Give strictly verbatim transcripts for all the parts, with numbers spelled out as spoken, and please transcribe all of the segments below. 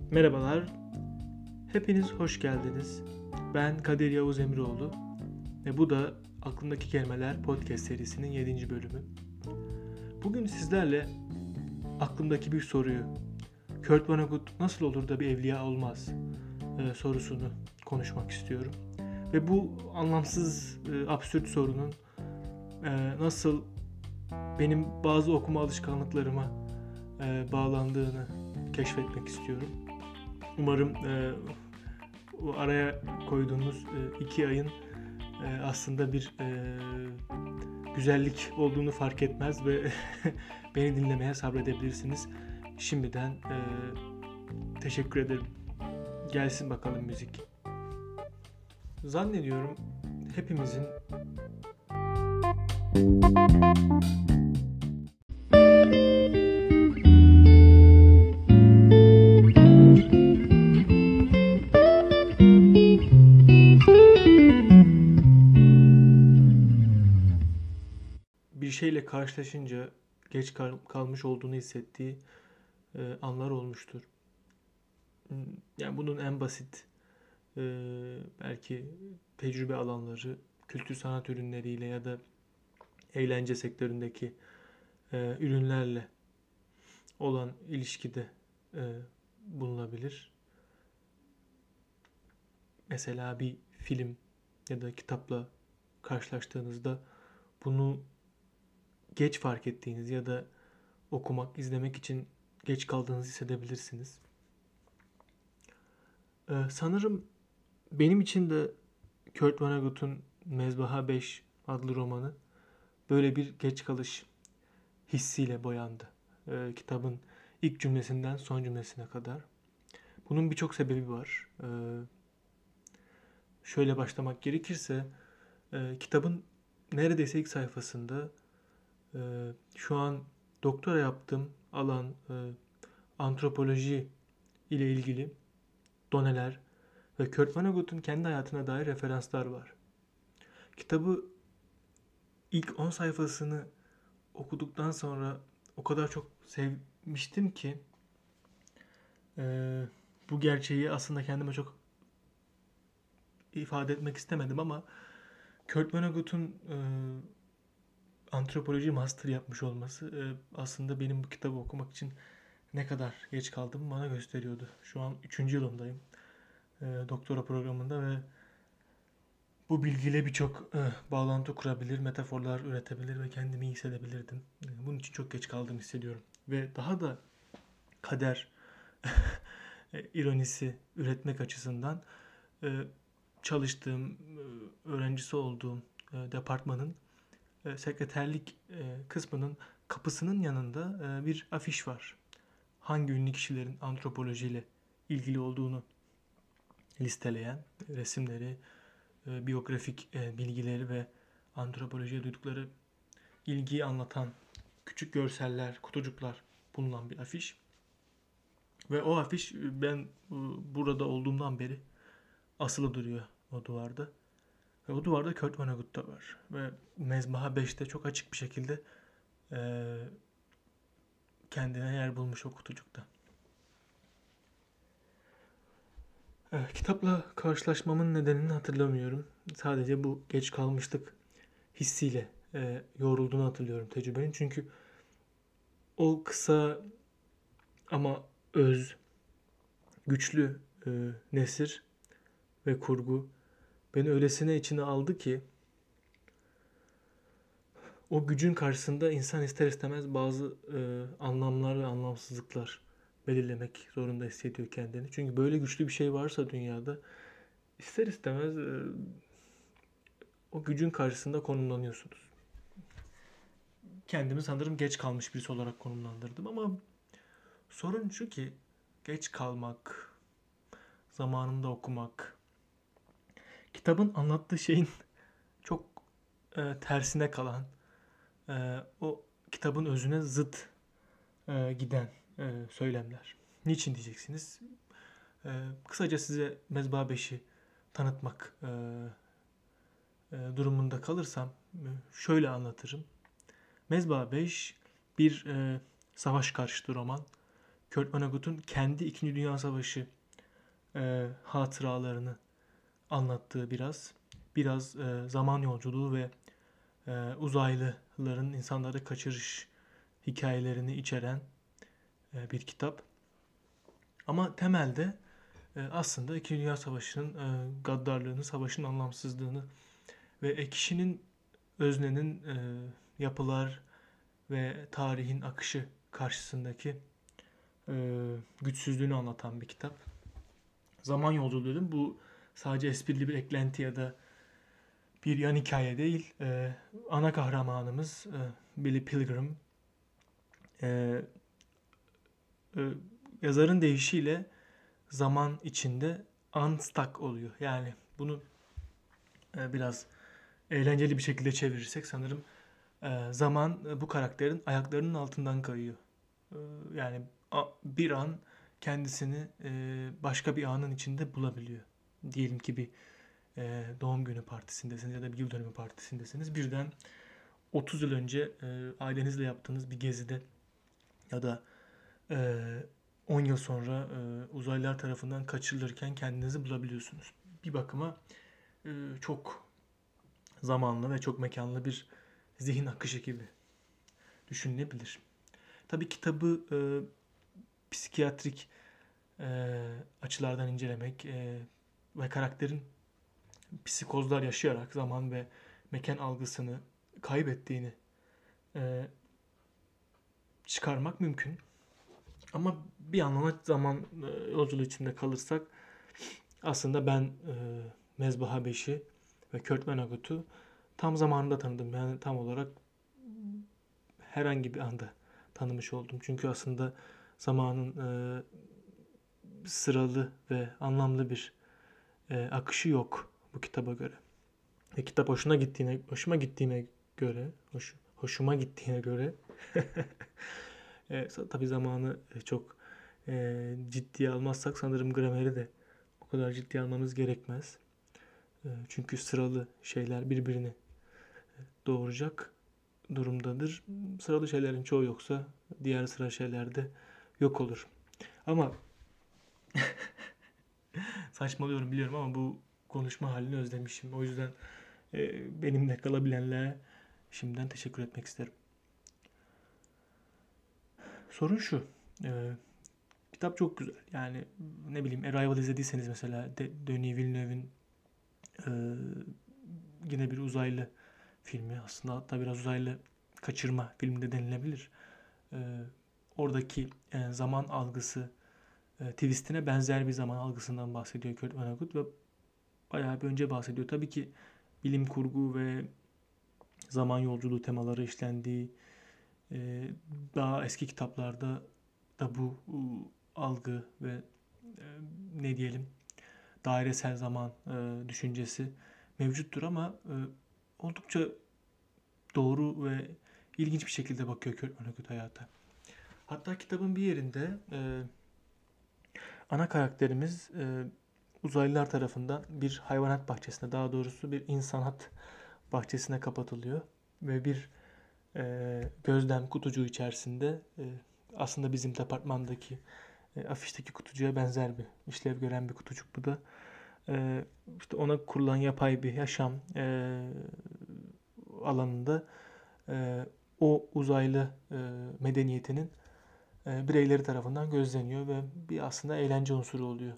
Merhabalar, hepiniz hoş geldiniz. Ben Kadir Yavuz Emiroğlu ve bu da Aklımdaki Kelimeler podcast serisinin yedinci bölümü. Bugün sizlerle aklımdaki bir soruyu, Kurt Vonnegut nasıl olur da bir evliya olmaz e, sorusunu konuşmak istiyorum. Ve bu anlamsız, e, absürt sorunun e, nasıl benim bazı okuma alışkanlıklarıma e, bağlandığını keşfetmek istiyorum. Umarım e, o araya koyduğumuz e, iki ayın e, aslında bir e, güzellik olduğunu fark etmez ve beni dinlemeye sabredebilirsiniz. Şimdiden e, teşekkür ederim. Gelsin bakalım müzik. Zannediyorum hepimizin bir şeyle karşılaşınca geç kal- kalmış olduğunu hissettiği e, anlar olmuştur. Yani bunun en basit e, belki tecrübe alanları, kültür sanat ürünleriyle ya da eğlence sektöründeki e, ürünlerle olan ilişkide e, bulunabilir. Mesela bir film ya da kitapla karşılaştığınızda bunu geç fark ettiğiniz ya da okumak, izlemek için geç kaldığınızı hissedebilirsiniz. Ee, sanırım benim için de Kurt Vonnegut'un Mezbaha beş adlı romanı böyle bir geç kalış hissiyle boyandı. Ee, kitabın ilk cümlesinden son cümlesine kadar. Bunun birçok sebebi var. Ee, şöyle başlamak gerekirse, e, kitabın neredeyse ilk sayfasında e, şu an doktora yaptığım alan e, antropoloji ile ilgili doneler ve Kurt Vonnegut'un kendi hayatına dair referanslar var. Kitabı ilk on sayfasını okuduktan sonra o kadar çok sevmiştim ki e, bu gerçeği aslında kendime çok ifade etmek istemedim ama Kurt Vonnegut'un e, antropoloji master yapmış olması e, aslında benim bu kitabı okumak için ne kadar geç kaldığımı bana gösteriyordu. Şu an üçüncü yılımdayım e, doktora programında ve bu bilgiyle birçok e, bağlantı kurabilir, metaforlar üretebilir ve kendimi iyi hissedebilirdim. E, bunun için çok geç kaldığımı hissediyorum. Ve daha da kader e, ironisi üretmek açısından e, çalıştığım, e, öğrencisi olduğum e, departmanın e, sekreterlik e, kısmının kapısının yanında e, bir afiş var. Hangi ünlü kişilerin antropolojiyle ilgili olduğunu listeleyen resimleri, e, biyografik e, bilgileri ve antropolojiye duydukları ilgiyi anlatan küçük görseller, kutucuklar bulunan bir afiş. Ve o afiş ben e, burada olduğumdan beri asılı duruyor o duvarda. Ve o duvarda Kurt Vonnegut da var. Ve Mezbaha beşte çok açık bir şekilde e, kendine yer bulmuş o kutucukta. Evet, kitapla karşılaşmamın nedenini hatırlamıyorum. Sadece bu geç kalmışlık hissiyle e, yoğrulduğunu hatırlıyorum tecrübenin. Çünkü o kısa ama öz, güçlü e, nesir ve kurgu beni öylesine içine aldı ki o gücün karşısında insan ister istemez bazı e, anlamlar ve anlamsızlıklar belirlemek zorunda hissediyor kendini. Çünkü böyle güçlü bir şey varsa dünyada ister istemez e, o gücün karşısında konumlanıyorsunuz. Kendimi sanırım geç kalmış birisi olarak konumlandırdım ama sorun şu ki geç kalmak, zamanında okumak, kitabın anlattığı şeyin çok e, tersine kalan, e, o kitabın özüne zıt e, giden e, söylemler. Niçin diyeceksiniz? E, kısaca size Mezbaha beşi tanıtmak e, e, durumunda kalırsam e, şöyle anlatırım. Mezbaha beş bir e, savaş karşıtı roman. Kurt Vonnegut'un kendi İkinci Dünya Savaşı e, hatıralarını anlattığı biraz. Biraz e, zaman yolculuğu ve e, uzaylıların insanları kaçırış hikayelerini içeren e, bir kitap. Ama temelde e, aslında İkinci Dünya Savaşı'nın e, gaddarlığını, savaşın anlamsızlığını ve e, kişinin, öznenin e, yapılar ve tarihin akışı karşısındaki e, güçsüzlüğünü anlatan bir kitap. Zaman yolculuğu dedim. Bu sadece esprili bir eklenti ya da bir yan hikaye değil. E, ana kahramanımız e, Billy Pilgrim e, e, yazarın deyişiyle zaman içinde unstuck oluyor. Yani bunu e, biraz eğlenceli bir şekilde çevirirsek sanırım e, zaman e, bu karakterin ayaklarının altından kayıyor. E, yani a, bir an kendisini e, başka bir anın içinde bulabiliyor. Diyelim ki bir e, doğum günü partisindesiniz ya da bir yıl dönümü partisindesiniz. Birden otuz yıl önce e, ailenizle yaptığınız bir gezide ya da e, on yıl sonra e, uzaylılar tarafından kaçırılırken kendinizi bulabiliyorsunuz. Bir bakıma e, çok zamanlı ve çok mekanlı bir zihin akışı gibi düşünülebilir. Tabii kitabı e, psikiyatrik e, açılardan incelemek e, ve karakterin psikozlar yaşayarak zaman ve mekan algısını kaybettiğini e, çıkarmak mümkün. Ama bir anlamda zaman e, yolculuğu içinde kalırsak aslında ben e, Mezbaha beşi ve Kurt Vonnegut'u tam zamanında tanıdım. Yani tam olarak herhangi bir anda tanımış oldum. Çünkü aslında zamanın e, sıralı ve anlamlı bir e, akışı yok bu kitaba göre. Ve kitap hoşuna gittiğine, hoşuma gittiğine göre, hoş, hoşuma gittiğine göre e, tabii zamanı çok e, ciddiye almazsak sanırım grameri de o kadar ciddiye almamız gerekmez. E, çünkü sıralı şeyler birbirini doğuracak durumdadır. Sıralı şeylerin çoğu yoksa diğer sıra şeyler de yok olur. Ama saçmalıyorum biliyorum ama bu konuşma halini özlemişim. O yüzden e, benimle kalabilenlere şimdiden teşekkür etmek isterim. Sorun şu. E, kitap çok güzel. Yani ne bileyim Arrival izlediyseniz mesela De, Denis Villeneuve'in e, yine bir uzaylı filmi. Aslında hatta biraz uzaylı kaçırma filmi de denilebilir. E, oradaki e, zaman algısı e, twistine benzer bir zaman algısından bahsediyor Kurt Vonnegut ve bayağı bir önce bahsediyor. Tabii ki bilim kurgu ve zaman yolculuğu temaları işlendiği e, daha eski kitaplarda da bu e, algı ve e, ne diyelim dairesel zaman e, düşüncesi mevcuttur ama e, oldukça doğru ve ilginç bir şekilde bakıyor Kurt Vonnegut hayata. Hatta kitabın bir yerinde e, ana karakterimiz e, uzaylılar tarafından bir hayvanat bahçesine, daha doğrusu bir insanat bahçesine kapatılıyor ve bir e, gözlem kutucuğu içerisinde e, aslında bizim departmandaki e, afişteki kutucuğa benzer bir işlev gören bir kutucuk bu da. E, işte ona kurulan yapay bir yaşam e, alanında e, o uzaylı e, medeniyetinin e, bireyleri tarafından gözleniyor ve bir aslında eğlence unsuru oluyor.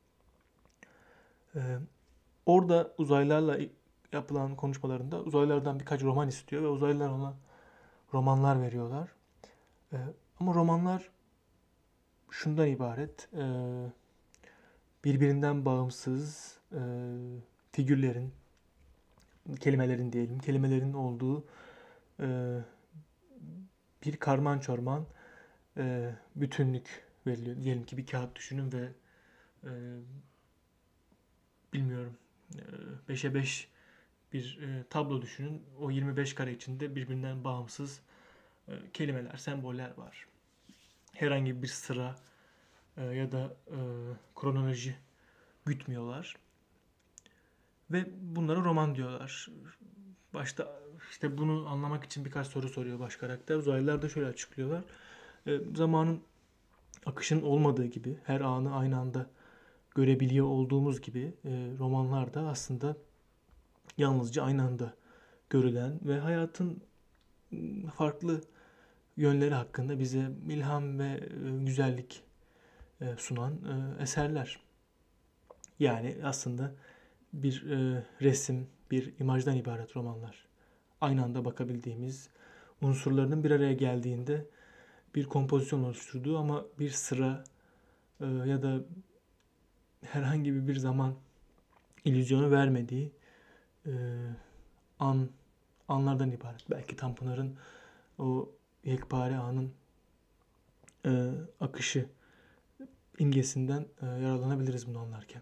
E, orada uzaylılarla yapılan konuşmalarında uzaylılardan birkaç roman istiyor ve uzaylılar ona romanlar veriyorlar. E, ama romanlar şundan ibaret. E, birbirinden bağımsız e, figürlerin, kelimelerin diyelim, kelimelerin olduğu e, bir karman çorman e, bütünlük veriliyor. Diyelim ki bir kağıt düşünün ve e, bilmiyorum beşe beş bir e, tablo düşünün. O yirmi beş kare içinde birbirinden bağımsız e, kelimeler, semboller var. Herhangi bir sıra e, ya da e, kronoloji gütmüyorlar. Ve bunlara roman diyorlar. Başta işte bunu anlamak için birkaç soru soruyor baş karakter. Uzaylılar da şöyle açıklıyorlar. E, zamanın akışın olmadığı gibi, her anı aynı anda görebiliyor olduğumuz gibi e, romanlar da aslında yalnızca aynı anda görülen ve hayatın m, farklı yönleri hakkında bize ilham ve e, güzellik e, sunan e, eserler. Yani aslında bir e, resim, bir imajdan ibaret romanlar. Aynı anda bakabildiğimiz unsurlarının bir araya geldiğinde bir kompozisyon oluşturduğu ama bir sıra e, ya da herhangi bir zaman illüzyonu vermediği e, an anlardan ibaret. Belki Tanpınar'ın o yekpare anın e, akışı imgesinden e, yararlanabiliriz bunu anlarken.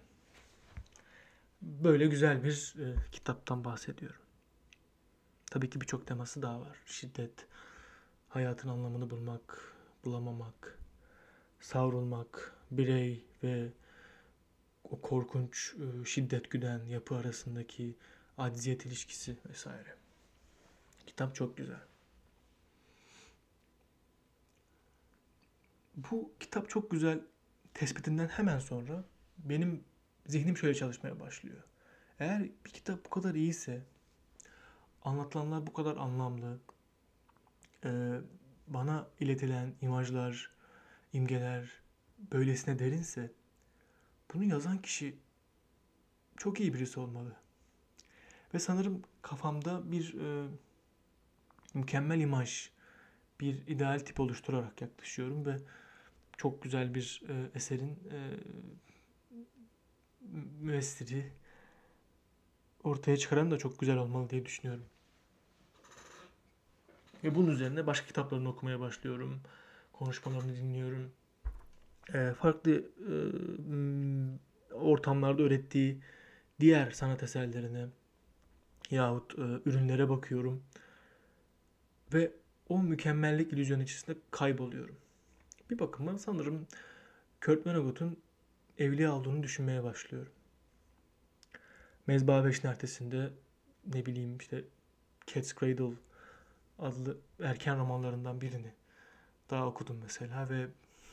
Böyle güzel bir e, kitaptan bahsediyorum. Tabii ki birçok teması daha var. Şiddet, hayatın anlamını bulmak, bulamamak, savrulmak, birey ve o korkunç e, şiddet güden yapı arasındaki acziyet ilişkisi vesaire. Kitap çok güzel. Bu kitap çok güzel tespitinden hemen sonra benim zihnim şöyle çalışmaya başlıyor. Eğer bir kitap bu kadar iyiyse, anlatılanlar bu kadar anlamlı, e, bana iletilen imajlar, imgeler böylesine derinse, bunu yazan kişi çok iyi birisi olmalı. Ve sanırım kafamda bir e, mükemmel imaj, bir ideal tip oluşturarak yaklaşıyorum ve çok güzel bir e, eserin e, müessiri ortaya çıkaran da çok güzel olmalı diye düşünüyorum. Ve bunun üzerine başka kitaplarını okumaya başlıyorum. Konuşmalarını dinliyorum. E, farklı e, ortamlarda ürettiği diğer sanat eserlerine yahut e, ürünlere bakıyorum. Ve o mükemmellik illüzyonu içerisinde kayboluyorum. Bir bakıma sanırım Kurt Vonnegut'un evliya olduğunu düşünmeye başlıyorum. Mezba Beş'in ertesinde ne bileyim işte Cat's Cradle adlı erken romanlarından birini daha okudum mesela ve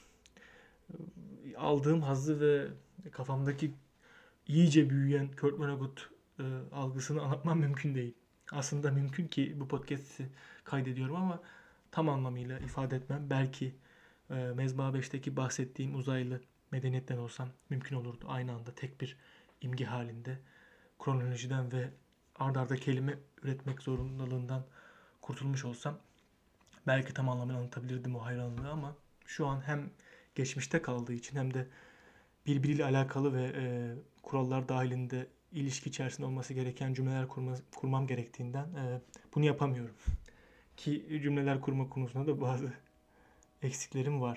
aldığım hazzı ve kafamdaki iyice büyüyen Kurt Vonnegut e, algısını anlatmam mümkün değil. Aslında mümkün ki bu podcast'i kaydediyorum ama tam anlamıyla ifade etmem. Belki e, Mezba beşteki bahsettiğim uzaylı medeniyetten olsam mümkün olurdu. Aynı anda tek bir imge halinde kronolojiden ve ard arda kelime üretmek zorundalığından kurtulmuş olsam belki tam anlamıyla anlatabilirdim o hayranlığı ama şu an hem geçmişte kaldığı için hem de birbiriyle alakalı ve e, kurallar dahilinde ilişki içerisinde olması gereken cümleler kurma, kurmam gerektiğinden e, bunu yapamıyorum. Ki cümleler kurma konusunda da bazı eksiklerim var.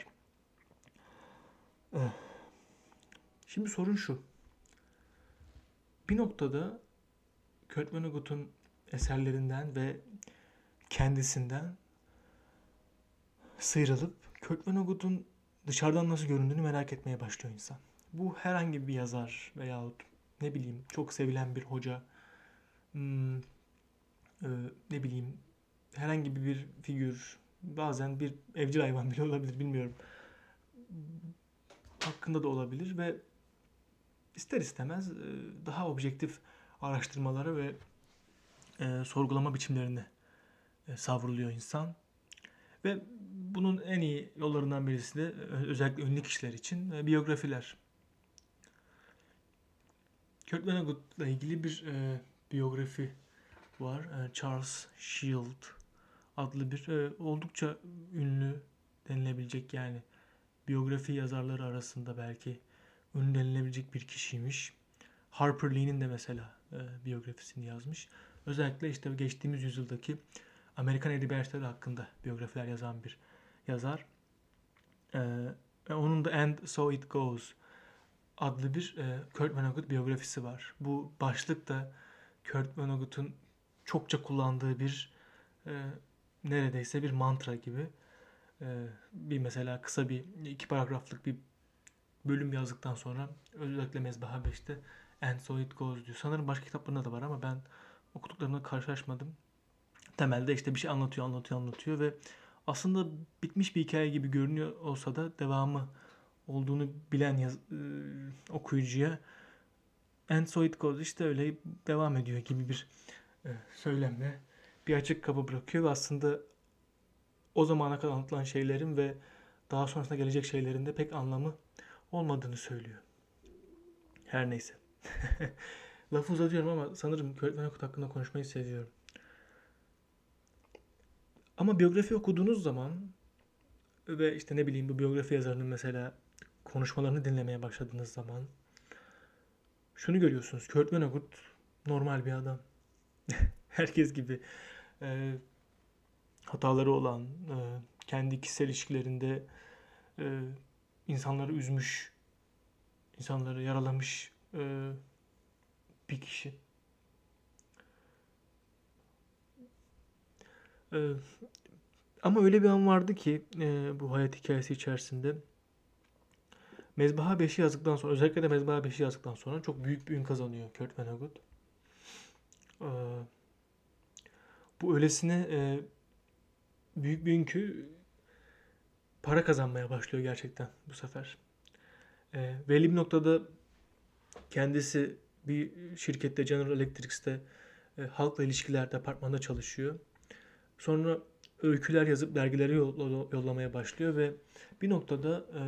Eh, Şimdi sorun şu. Bir noktada Kurt Vonnegut'un eserlerinden ve kendisinden sıyrılıp Kurt Vonnegut'un dışarıdan nasıl göründüğünü merak etmeye başlıyor insan. Bu herhangi bir yazar veyahut ne bileyim çok sevilen bir hoca, hmm, e, ne bileyim herhangi bir figür, bazen bir evcil hayvan bile olabilir bilmiyorum. Hakkında da olabilir ve ister istemez e, daha objektif araştırmalara ve e, sorgulama biçimlerine e, savruluyor insan. Ve bunun en iyi yollarından birisi de özellikle ünlü kişiler için e, biyografiler. Kurt Vonnegut'la ilgili bir e, biyografi var. E, Charles Shield adlı bir e, oldukça ünlü denilebilecek yani biyografi yazarları arasında belki ünlü denilebilecek bir kişiymiş. Harper Lee'nin de mesela e, biyografisini yazmış. Özellikle işte geçtiğimiz yüzyıldaki Amerikan edebiyatları hakkında biyografiler yazan bir yazar. Ee, onun da And So It Goes adlı bir e, Kurt Vonnegut biyografisi var. Bu başlık da Kurt Vonnegut'un çokça kullandığı bir e, neredeyse bir mantra gibi. E, bir mesela kısa bir iki paragraflık bir bölüm yazdıktan sonra özellikle Mezbaha beşte And So It Goes diyor. Sanırım başka kitaplarında da var ama ben okuduklarımla karşılaşmadım. Temelde işte bir şey anlatıyor, anlatıyor, anlatıyor ve aslında bitmiş bir hikaye gibi görünüyor olsa da devamı olduğunu bilen yaz, e, okuyucuya "and so it goes" işte öyle devam ediyor gibi bir e, söylemle bir açık kapı bırakıyor ve aslında o zamana kadar anlatılan şeylerin ve daha sonrasında gelecek şeylerin de pek anlamı olmadığını söylüyor. Her neyse. Lafı uzatıyorum ama sanırım Kurt Vonnegut hakkında konuşmayı seviyorum. Ama biyografi okuduğunuz zaman ve işte ne bileyim bu biyografi yazarının mesela konuşmalarını dinlemeye başladığınız zaman şunu görüyorsunuz. Kurt Vonnegut normal bir adam. Herkes gibi e, hataları olan, e, kendi kişisel ilişkilerinde e, insanları üzmüş, insanları yaralamış e, bir kişi. E, Ama öyle bir an vardı ki e, bu hayat hikayesi içerisinde Mezbaha beşi yazdıktan sonra, özellikle de Mezbaha beşi yazdıktan sonra çok büyük bir ün kazanıyor Kurt Vonnegut. E, Bu öylesine e, büyük bir ün ki para kazanmaya başlıyor gerçekten bu sefer. E, belli bir noktada kendisi bir şirkette, General Electric'te e, halkla ilişkiler departmanında çalışıyor. Sonra öyküler yazıp dergilere yollamaya başlıyor ve bir noktada e,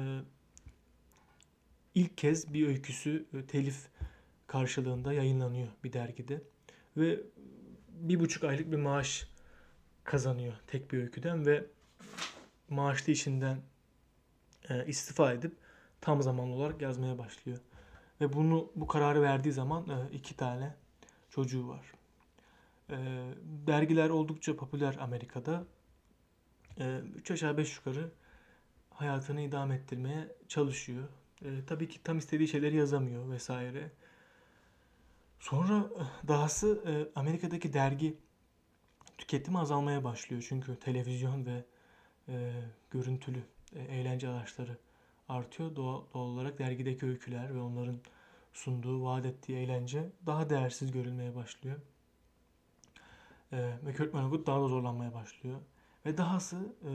ilk kez bir öyküsü e, telif karşılığında yayınlanıyor bir dergide. Ve bir buçuk aylık bir maaş kazanıyor tek bir öyküden ve maaşlı işinden e, istifa edip tam zamanlı olarak yazmaya başlıyor. Ve bunu bu kararı verdiği zaman e, iki tane çocuğu var. E, dergiler oldukça popüler Amerika'da. E, üç aşağı beş yukarı hayatını idame ettirmeye çalışıyor. E, tabii ki tam istediği şeyleri yazamıyor vesaire. Sonra dahası e, Amerika'daki dergi tüketimi azalmaya başlıyor. Çünkü televizyon ve e, görüntülü e, eğlence araçları artıyor. Doğal, doğal olarak dergideki öyküler ve onların sunduğu, vaat ettiği eğlence daha değersiz görülmeye başlıyor. E, ve Kurt Vonnegut daha da zorlanmaya başlıyor. Ve dahası e,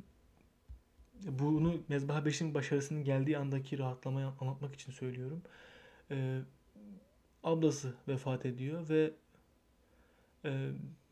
bunu Mezbaha beşin başarısının geldiği andaki rahatlamayı anlatmak için söylüyorum. E, ablası vefat ediyor ve e,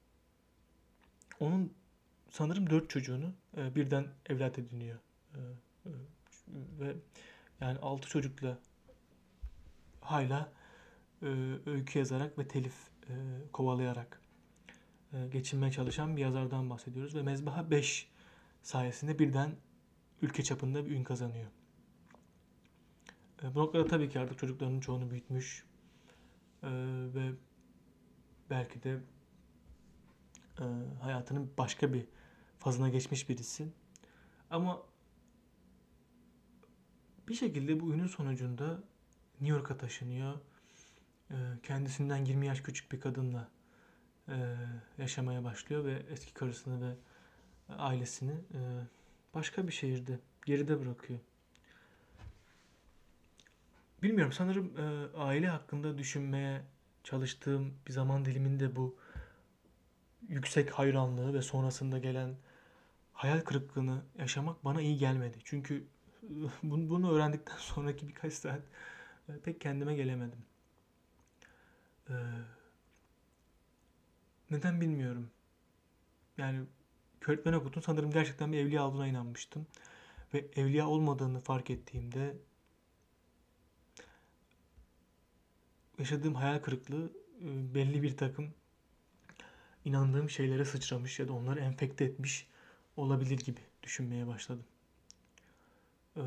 onun sanırım dört çocuğunu e, birden evlat ediniyor. E, e, ve yani altı çocukla hala e, öykü yazarak ve telif e, kovalayarak e, geçinmeye çalışan bir yazardan bahsediyoruz. Ve Mezbaha beş sayesinde birden ülke çapında bir ün kazanıyor. E, bu noktada tabii ki artık çocuklarının çoğunu büyütmüş e, ve belki de e, hayatının başka bir fazına geçmiş birisi. Ama bir şekilde bu ünün sonucunda New York'a taşınıyor. E, kendisinden yirmi yaş küçük bir kadınla e, yaşamaya başlıyor ve eski karısını ve ailesini e, başka bir şehirde geride bırakıyor. Bilmiyorum, sanırım e, aile hakkında düşünmeye çalıştığım bir zaman diliminde bu yüksek hayranlığı ve sonrasında gelen hayal kırıklığını yaşamak bana iyi gelmedi. Çünkü bunu, bunu öğrendikten sonraki birkaç saat e, pek kendime gelemedim. E, neden bilmiyorum. Yani Kurt Vonnegut'un sanırım gerçekten bir evliya olduğuna inanmıştım. Ve evliya olmadığını fark ettiğimde yaşadığım hayal kırıklığı e, belli bir takım inandığım şeylere sıçramış ya da onları enfekte etmiş olabilir gibi düşünmeye başladım. Ee,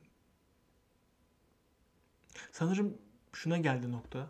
sanırım şuna geldi nokta.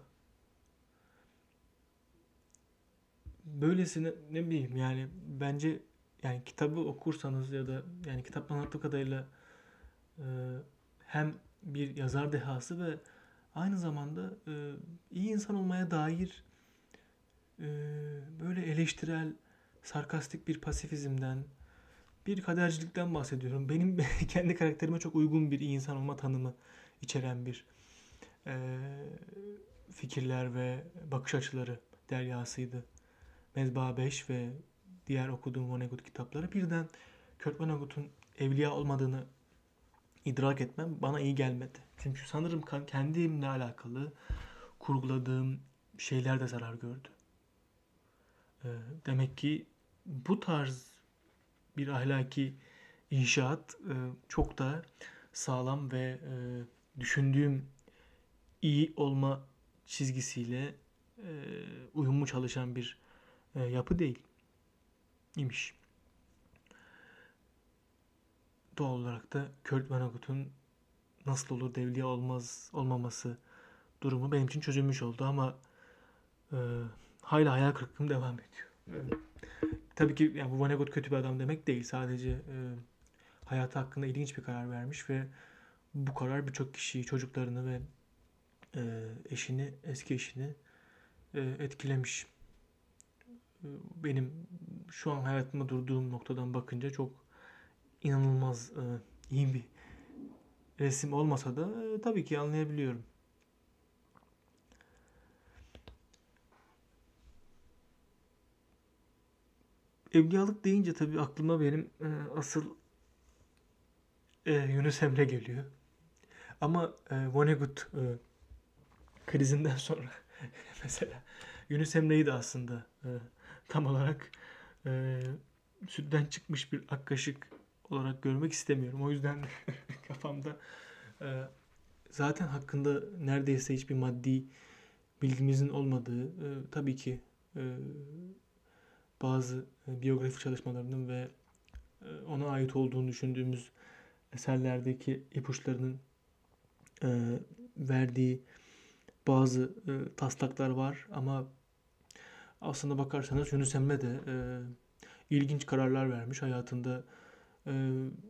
Böylesine ne bileyim yani bence yani kitabı okursanız ya da yani kitaptan anlattığı kadarıyla e, hem bir yazar dehası ve aynı zamanda e, iyi insan olmaya dair e, böyle eleştirel, sarkastik bir pasifizmden, bir kadercilikten bahsediyorum. Benim kendi karakterime çok uygun bir iyi insan olma tanımı içeren bir e, fikirler ve bakış açıları deryasıydı. Mezbaha beş ve diğer okuduğum Vonnegut kitapları birden Kurt Vonnegut'un evliya olmadığını idrak etmem bana iyi gelmedi. Çünkü sanırım kendimle alakalı kurguladığım şeyler de zarar gördü. Ee, demek ki bu tarz bir ahlaki inşaat e, çok da sağlam ve e, düşündüğüm iyi olma çizgisiyle e, uyumlu çalışan bir e, yapı değil imiş. Doğal olarak da Kurt Vonnegut'un nasıl olur devliye olmaz olmaması durumu benim için çözülmüş oldu ama e, hala hayal kırıklığım devam ediyor. Evet. Tabii ki yani bu Vonnegut kötü bir adam demek değil. Sadece e, hayatı hakkında ilginç bir karar vermiş ve bu karar birçok kişiyi, çocuklarını ve e, eşini, eski eşini e, etkilemiş. E, benim şu an hayatımda durduğum noktadan bakınca çok inanılmaz e, iyi bir resim olmasa da e, tabii ki anlayabiliyorum. Evliyalık deyince tabii aklıma benim e, asıl e, Yunus Emre geliyor. Ama e, Vonnegut e, krizinden sonra mesela Yunus Emre'yi de aslında e, tam olarak e, sütten çıkmış bir ak kaşık olarak görmek istemiyorum. O yüzden kafamda e, zaten hakkında neredeyse hiçbir maddi bilgimizin olmadığı e, tabii ki e, bazı e, biyografi çalışmalarının ve e, ona ait olduğunu düşündüğümüz eserlerdeki ipuçlarının e, verdiği bazı e, taslaklar var ama aslında bakarsanız Yunus Emre de e, ilginç kararlar vermiş hayatında. E,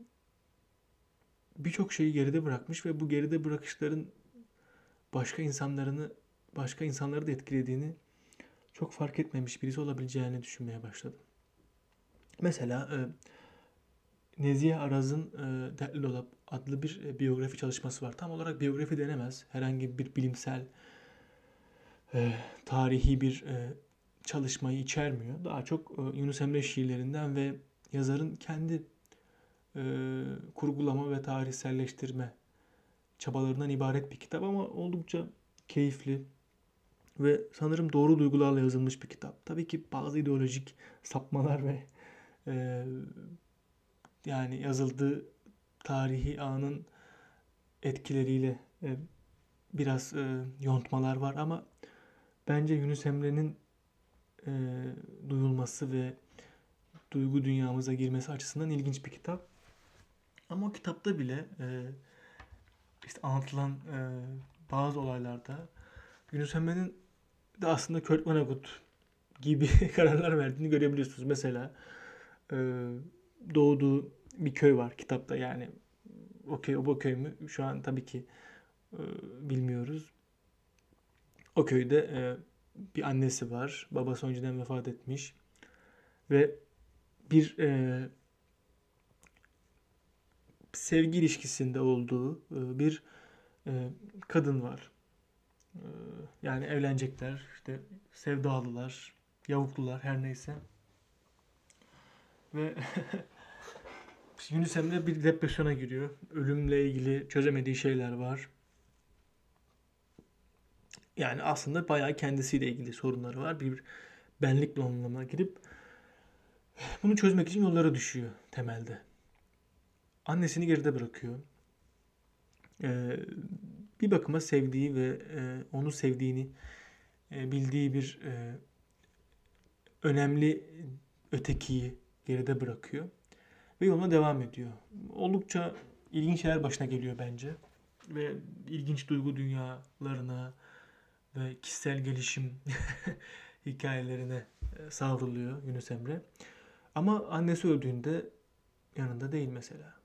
Birçok şeyi geride bırakmış ve bu geride bırakışların başka insanlarını, başka insanları da etkilediğini çok fark etmemiş birisi olabileceğini düşünmeye başladım. Mesela e, Nezihe Araz'ın e, Dertli Dolap adlı bir e, biyografi çalışması var. Tam olarak biyografi denemez. Herhangi bir bilimsel, e, tarihi bir e, çalışmayı içermiyor. Daha çok e, Yunus Emre şiirlerinden ve yazarın kendi e, kurgulama ve tarihselleştirme çabalarından ibaret bir kitap ama oldukça keyifli ve sanırım doğru duygularla yazılmış bir kitap. Tabii ki bazı ideolojik sapmalar ve e, yani yazıldığı tarihi anın etkileriyle e, biraz e, yontmalar var ama bence Yunus Emre'nin e, duyulması ve duygu dünyamıza girmesi açısından ilginç bir kitap. Ama o kitapta bile e, işte anlatılan e, bazı olaylarda Yunus Emre'nin de aslında Kurt Vonnegut gibi kararlar verdiğini görebiliyorsunuz. Mesela e, doğduğu bir köy var kitapta yani o köy, o köy mü? Şu an tabii ki e, bilmiyoruz. O köyde e, bir annesi var. Babası önceden vefat etmiş. Ve bir e, sevgi ilişkisinde olduğu e, bir e, kadın var. E, yani evlenecekler. İşte sevdalılar, yavuklular her neyse. Ve Yunus Emre bir depresyona giriyor. Ölümle ilgili çözemediği şeyler var. Yani aslında bayağı kendisiyle ilgili sorunları var. Bir benlik donanımına girip bunu çözmek için yollara düşüyor temelde. Annesini geride bırakıyor. Ee, bir bakıma sevdiği ve e, onu sevdiğini e, bildiği bir e, önemli ötekiyi geride bırakıyor. Ve yoluna devam ediyor. Oldukça ilginç şeyler başına geliyor bence. Ve ilginç duygu dünyalarına ve kişisel gelişim hikayelerine e, savruluyor Yunus Emre. Ama annesi öldüğünde yanında değil mesela.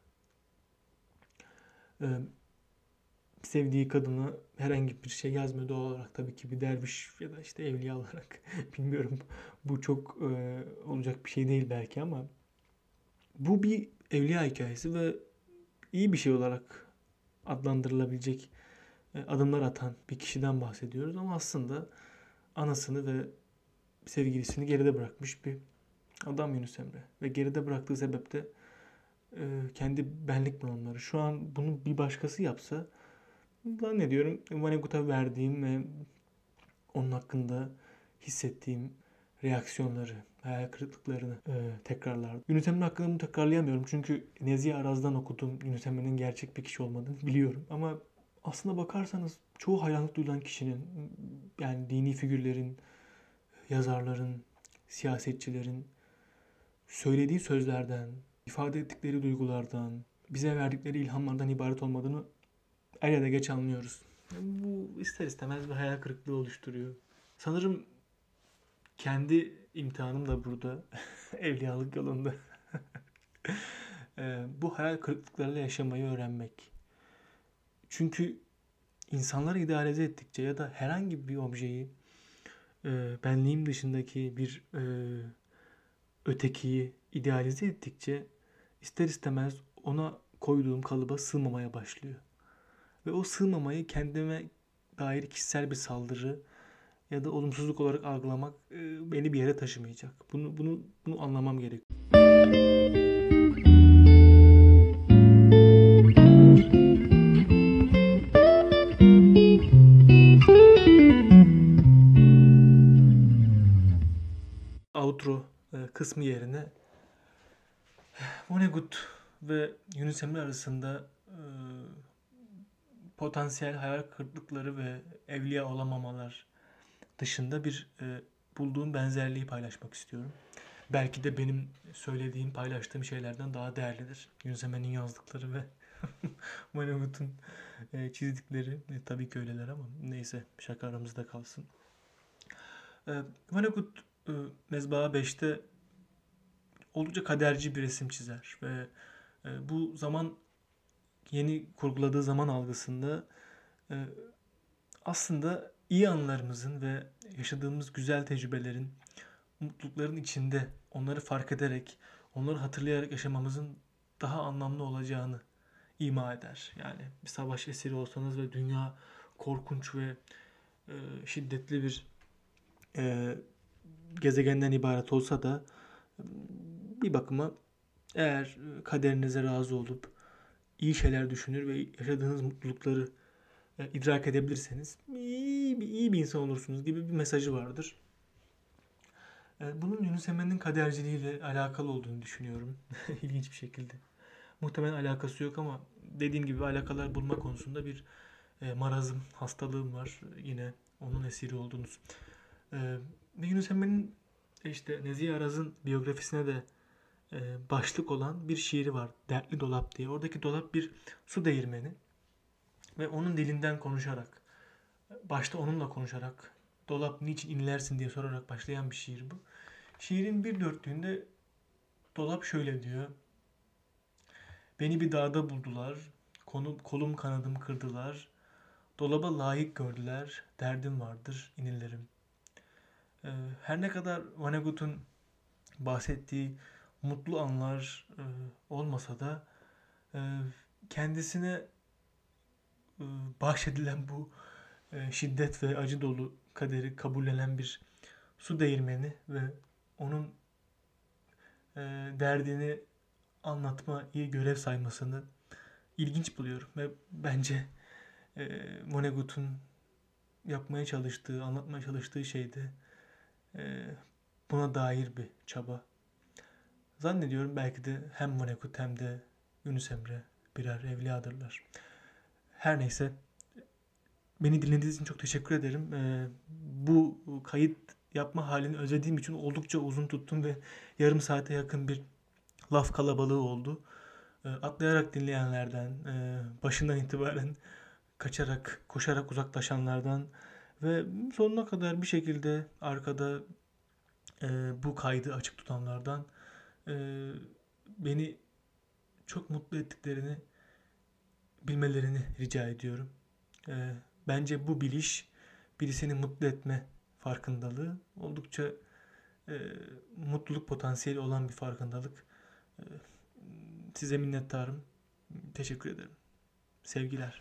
Ee, sevdiği kadını herhangi bir şey yazmıyor doğal olarak. Tabii ki bir derviş ya da işte evliya olarak. Bilmiyorum bu çok e, olacak bir şey değil belki ama bu bir evliya hikayesi ve iyi bir şey olarak adlandırılabilecek e, adımlar atan bir kişiden bahsediyoruz ama aslında anasını ve sevgilisini geride bırakmış bir adam Yunus Emre. Ve geride bıraktığı sebep de e, kendi benlik bulanları. Şu an bunu bir başkası yapsa zannediyorum Vonnegut'a verdiğim ve onun hakkında hissettiğim reaksiyonları, hayal kırıklıklarını e, tekrarlardım. Yunus Emre hakkında bunu tekrarlayamıyorum çünkü Nezihe Araz'dan okudum. Yunus Emre'nin gerçek bir kişi olmadığını biliyorum. Ama aslına bakarsanız çoğu hayranlık duyulan kişinin, yani dini figürlerin, yazarların, siyasetçilerin söylediği sözlerden, ifade ettikleri duygulardan, bize verdikleri ilhamlardan ibaret olmadığını er ya da geç anlıyoruz. Bu ister istemez bir hayal kırıklığı oluşturuyor. Sanırım kendi imtihanım da burada. Evliyalık yolunda. Ee, bu hayal kırıklıklarıyla yaşamayı öğrenmek. Çünkü insanları idealize ettikçe ya da herhangi bir objeyi e, benliğim dışındaki bir e, ötekiyi idealize ettikçe ister istemez ona koyduğum kalıba sığmamaya başlıyor. Ve o sığmamayı kendime dair kişisel bir saldırı ya da olumsuzluk olarak algılamak e, beni bir yere taşımayacak. Bunu bunu bunu anlamam gerek. Outro e, kısmı yerine Vonnegut ve Yunus Emre arasında e, potansiyel hayal kırıklıkları ve evliya olamamalar dışında bir e, bulduğum benzerliği paylaşmak istiyorum. Belki de benim söylediğim, paylaştığım şeylerden daha değerlidir. Yunus Emre'nin yazdıkları ve Vonnegut'un e, çizdikleri. E, tabii ki öyleler ama neyse, şaka aramızda kalsın. E, Vonnegut e, Mezbaha beşte oldukça kaderci bir resim çizer ve e, bu zaman yeni kurguladığı zaman algısında e, aslında iyi anılarımızın ve yaşadığımız güzel tecrübelerin, mutlulukların içinde onları fark ederek, onları hatırlayarak yaşamamızın daha anlamlı olacağını ima eder. Yani bir savaş esiri olsanız ve dünya korkunç ve e, şiddetli bir e, gezegenden ibaret olsa da bir bakıma eğer kaderinize razı olup iyi şeyler düşünür ve yaşadığınız mutlulukları e, idrak edebilirseniz iyi, bir- iyi bir insan olursunuz gibi bir mesajı vardır. E, bunun Yunus Emre'nin kaderciliğiyle alakalı olduğunu düşünüyorum. İlginç bir şekilde. Muhtemelen alakası yok ama dediğim gibi alakalar bulma konusunda bir e, marazım, hastalığım var. Yine onun esiri oldunuz. E, ve Yunus Emre'nin işte Nezihe Araz'ın biyografisine de e, başlık olan bir şiiri var. Dertli Dolap diye. Oradaki dolap bir su değirmeni ve onun dilinden konuşarak, başta onunla konuşarak, dolap niçin inlersin diye sorarak başlayan bir şiir bu. Şiirin bir dörtlüğünde dolap şöyle diyor. Beni bir dağda buldular, konu, kolum kanadım kırdılar, dolaba layık gördüler, derdim vardır inillerim. Ee, her ne kadar Vonnegut'un bahsettiği mutlu anlar e, olmasa da e, kendisine e, bahşedilen bu e, şiddet ve acı dolu kaderi kabullenen bir su değirmeni ve onun e, derdini anlatmayı görev saymasını ilginç buluyorum ve bence e, Vonnegut'un yapmaya çalıştığı, anlatmaya çalıştığı şey de e, buna dair bir çaba. Zannediyorum belki de hem Vonnegut hem de Yunus Emre birer evliyadırlar. Her neyse, beni dinlediğiniz için çok teşekkür ederim. E, bu kayıt yapma halini özlediğim için oldukça uzun tuttum ve yarım saate yakın bir laf kalabalığı oldu. E, atlayarak dinleyenlerden, e, başından itibaren kaçarak, koşarak uzaklaşanlardan ve sonuna kadar bir şekilde arkada e, bu kaydı açık tutanlardan e, beni çok mutlu ettiklerini bilmelerini rica ediyorum. E, bence bu biliş, birisini mutlu etme farkındalığı oldukça e, mutluluk potansiyeli olan bir farkındalık. E, size minnettarım. Teşekkür ederim. Sevgiler.